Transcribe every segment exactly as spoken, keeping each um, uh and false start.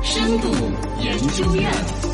深度研究院。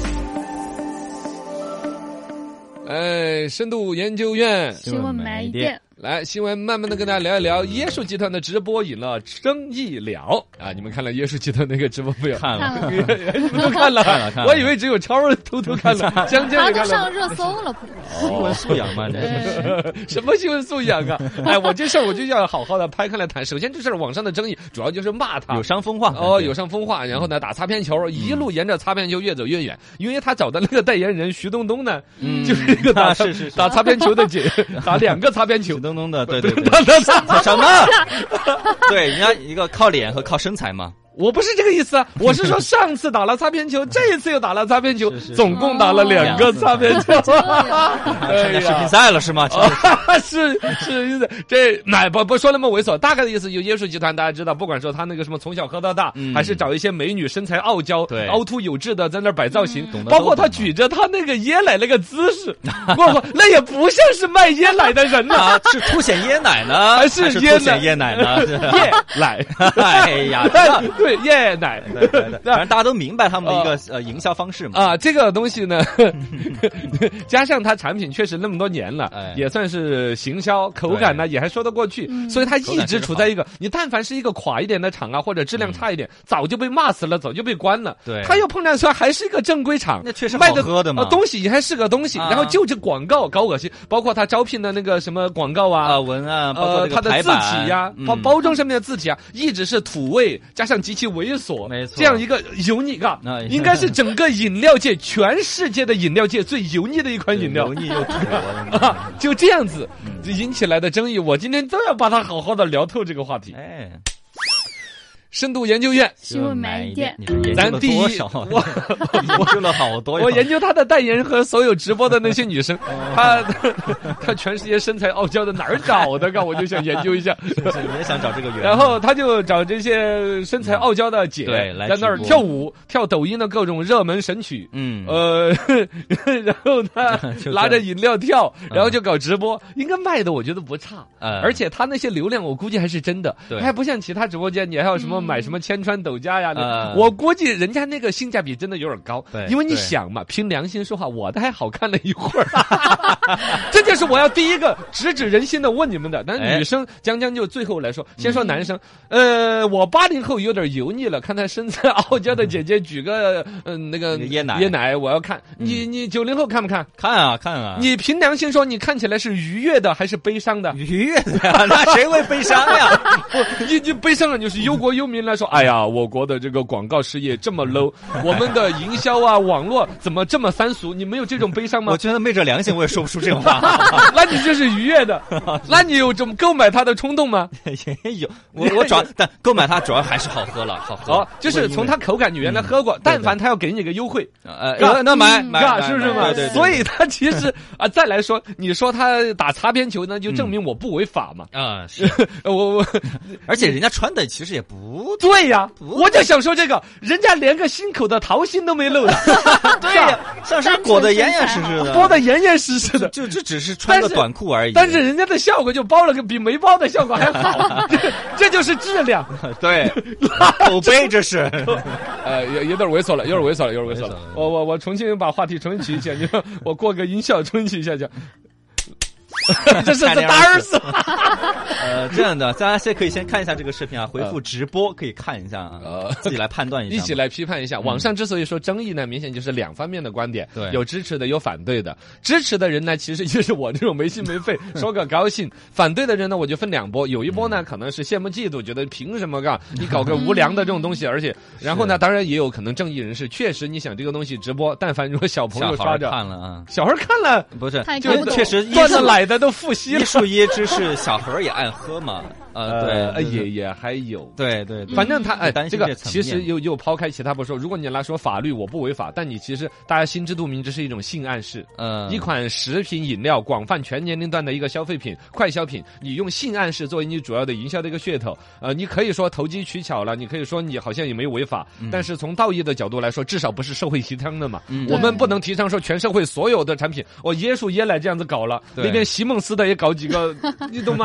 哎，深度研究院新闻买点。 来，新闻慢慢的跟大家聊一聊，椰树集团的直播引了争议了啊！你们看了椰树集团那个直播没有？ 看了， 你们都看了， 看了，看了。 我以为只有超儿偷偷看了，江江也看了。 他都上热搜了， 新闻素养嘛，这是什么新闻素养啊？哎，我这事儿我就要好好的拍开来谈。首先，这事儿网上的争议主要就是骂他有伤风化哦，有伤风化，然后呢打擦边球，一路沿着擦边球越走越远，因为他找的那个代言人徐冬冬呢，就是一个打是是打擦边球的姐，打两个擦边球， 徐冬冬的，对对对。 什什么？对，人家一个靠脸和靠身材嘛。 我不是这个意思啊，我是说上次打了擦边球，这一次又打了擦边球， 是是是总共打了两个擦边球。 参加世乒赛了是吗？ 是是是，这买不不说那么猥琐，大概的意思有椰树集团，大家知道，不管说他那个什么从小喝到大， 嗯、 还是找一些美女身材傲娇、 对凹凸有致的在那儿摆造型， 嗯、 包括他举着他那个椰奶那个姿势，不不，那也不像是卖椰奶的人呐、 啊，是凸显椰奶呢， 还是凸显椰奶呢？ 椰奶， 哎呀。 对椰奶， 对对对，反正大家都明白他们的一个呃营销方式嘛。 啊，这个东西呢，加上它产品确实那么多年了，也算是行销，口感呢也还说得过去，所以它一直处在一个，你但凡是一个垮一点的厂啊，或者质量差一点，早就被骂死了，早就被关了。 对， 它又碰撞出来还是一个正规厂， 那确实卖好喝的嘛， 东西还是个东西，然后就这广告搞恶心，包括它招聘的那个什么广告啊、 文案，包括它的字体呀、包包装上面的字体啊，一直是土味加上极其猥琐。 没错， 这样一个油腻啊，应该是整个饮料界、全世界的饮料界最油腻的一款饮料， 油腻又土啊，就这样子引起来的争议，我今天都要把它好好的聊透这个话题。 哎。 深度研究院新闻买点， 咱第一， 我研究了好多， 我研究他的代言人和所有直播的那些女生，他他全世界身材傲娇的哪儿找的？我就想研究一下， 也想找这个源。 然后他就找这些身材傲娇的姐在那儿跳舞，跳抖音的各种热门神曲， 嗯， 呃，然后他拿着饮料跳，然后就搞直播，应该卖的我觉得不差，而且他那些流量我估计还是真的，还不像其他直播间，你还有什么。买什么千川斗家呀、呃？我估计人家那个性价比真的有点高，因为你想嘛，凭良心说话，我的还好看了一会儿，这就是我要第一个直指人心的问你们的。但女生将将就最后来说，先说男生，嗯、呃，我八零后有点油腻了，看他身材傲娇的姐姐举个嗯、呃、那个椰奶椰奶，我要看。你你九零后看不看？ 看啊看啊！ 你凭良心说，你看起来是愉悦的还是悲伤的？ 愉悦的呀，那谁会悲伤呀？ 不，你你悲伤了就是忧国忧民。来说，哎呀，我国的这个广告事业这么 low， 我们的营销啊、网络怎么这么三俗？你没有这种悲伤吗？ 我觉得昧着良心，我也说不出这种话。 那你就是愉悦的，那你有这么购买它的冲动吗？ 也有，我我主要，但购买它主要还是好喝了，好喝。 哦，就是从它口感，你原来喝过，但凡他要给你个优惠， 呃，那买买是不是嘛？ 对对。 所以他其实啊，再来说，你说他打擦边球呢，就证明我不违法嘛？ 啊，是我我， 而且人家穿的其实也不。 对呀，我就想说这个，人家连个心口的桃心都没露的， 对呀，像是裹得严严实实的， 包得严严实实的， 就这只是穿个短裤而已。 但是人家的效果就包了个比没包的效果还好，这这就是质量。 对，口碑这是， 呃，有有点猥琐了，有点猥琐了，有点猥琐了。我我我重新把话题重新起一下，你说我过个音效重新起一下就。这是这大儿子。 呃，这样的，大家先可以先看一下这个视频啊，回复直播可以看一下啊，呃，自己来判断一下， 一起来批判一下。网上之所以说争议呢，明显就是两方面的观点， 对， 有支持的，有反对的。支持的人呢，其实就是我这种没心没肺，说个高兴；反对的人呢，我就分两波，有一波呢可能是羡慕嫉妒，觉得凭什么干你搞个无良的这种东西，而且，然后呢，当然也有可能正义人士，确实你想这个东西直播，但凡如果小朋友刷着看了啊， 小孩看了不是， 就确实断了奶的都复吸了， 一树椰汁是小孩也爱喝嘛。呃， 对，也也还有， 对对， 反正他哎，这个其实又又抛开其他不说，如果你来说法律我不违法，但你其实大家心知肚明，这是一种性暗示。嗯，一款食品饮料广泛全年龄段的一个消费品、快消品，你用性暗示作为你主要的营销的一个噱头，呃，你可以说投机取巧了，你可以说你好像也没有违法，但是从道义的角度来说，至少不是社会提倡的嘛。我们不能提倡说全社会所有的产品，我椰树椰奶这样子搞了，那边席梦思的也搞几个，你懂吗？那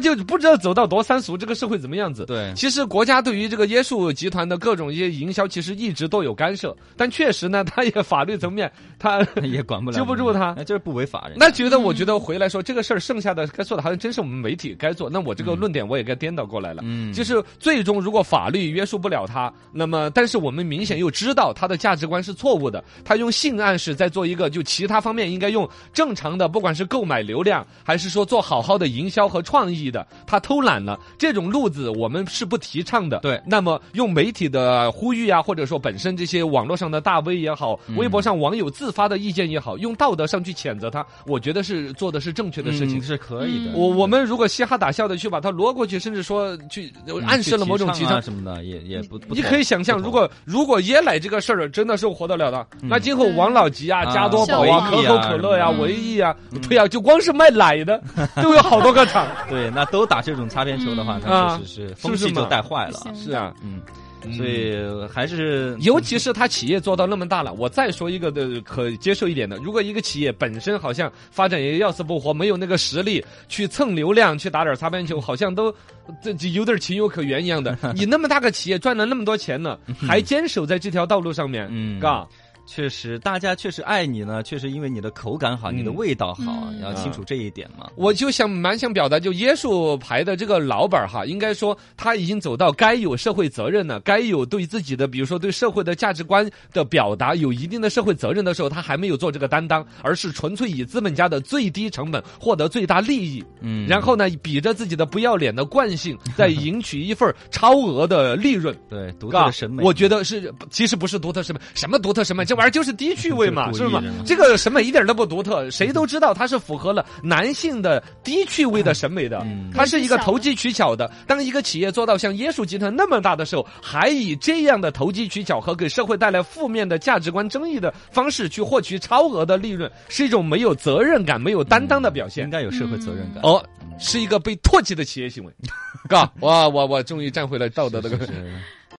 就不知道走到多三俗，这个社会怎么样子？ 对， 其实国家对于这个椰树集团的各种一些营销，其实一直都有干涉，但确实呢，他也法律层面他也管不了， 揪不住他， 那就是不违法。 那觉得我觉得回来说这个事儿，剩下的该做的好像真是我们媒体该做。那我这个论点我也该颠倒过来了，嗯，就是最终如果法律约束不了他，那么但是我们明显又知道他的价值观是错误的，他用性暗示在做一个就其他方面应该用正常的，不管是购买流量还是说做好好的营销和创意的，他偷懒了，这种路子我们是不提倡的。 对， 那么用媒体的呼吁啊，或者说本身这些网络上的大 V 也好，微博上网友自发的意见也好，用道德上去谴责他，我觉得是做的是正确的事情， 嗯、是可以的。 我我们如果嘻哈打笑的去把他挪过去，甚至说去暗示了某种提倡、 嗯、什么的，也也不不。 你可以想象，如果如果椰奶这个事儿真的是活得了的，嗯、那今后王老吉啊、加多宝啊、可口可乐呀、维益啊，对啊，就光是卖奶的都有好多个厂。 对，那都打这种擦边球的话，那确实是风气就带坏了。 是啊，嗯。 所以还是， 尤其是他企业做到那么大了，我再说一个的可接受一点的，如果一个企业本身好像发展也要死不活，没有那个实力去蹭流量，去打点擦边球，好像都这有点情有可原一样的。你那么大个企业赚了那么多钱呢，还坚守在这条道路上面，嗯，嘎。 确实，大家确实爱你呢，确实因为你的口感好，嗯、你的味道好，嗯、要清楚这一点嘛。 我就想蛮想表达，就椰树牌的这个老板哈，应该说他已经走到该有社会责任了，该有对自己的，比如说对社会的价值观的表达有一定的社会责任的时候，他还没有做这个担当，而是纯粹以资本家的最低成本获得最大利益，嗯，然后呢，比着自己的不要脸的惯性，再赢取一份超额的利润。 对，独特的审美， 我觉得是，其实不是独特审美，什么独特审美？这玩意儿就是低趣味嘛，是吗？这个审美一点都不独特，谁都知道它是符合了男性的低趣味的审美的，嗯、它是一个投机取巧的。当一个企业做到像椰树集团那么大的时候，还以这样的投机取巧和给社会带来负面的价值观争议的方式去获取超额的利润，是一种没有责任感、没有担当的表现。 应该有社会责任感。 哦，是一个被唾弃的企业行为。嘎，哇，我我终于站回了道德的。 是是是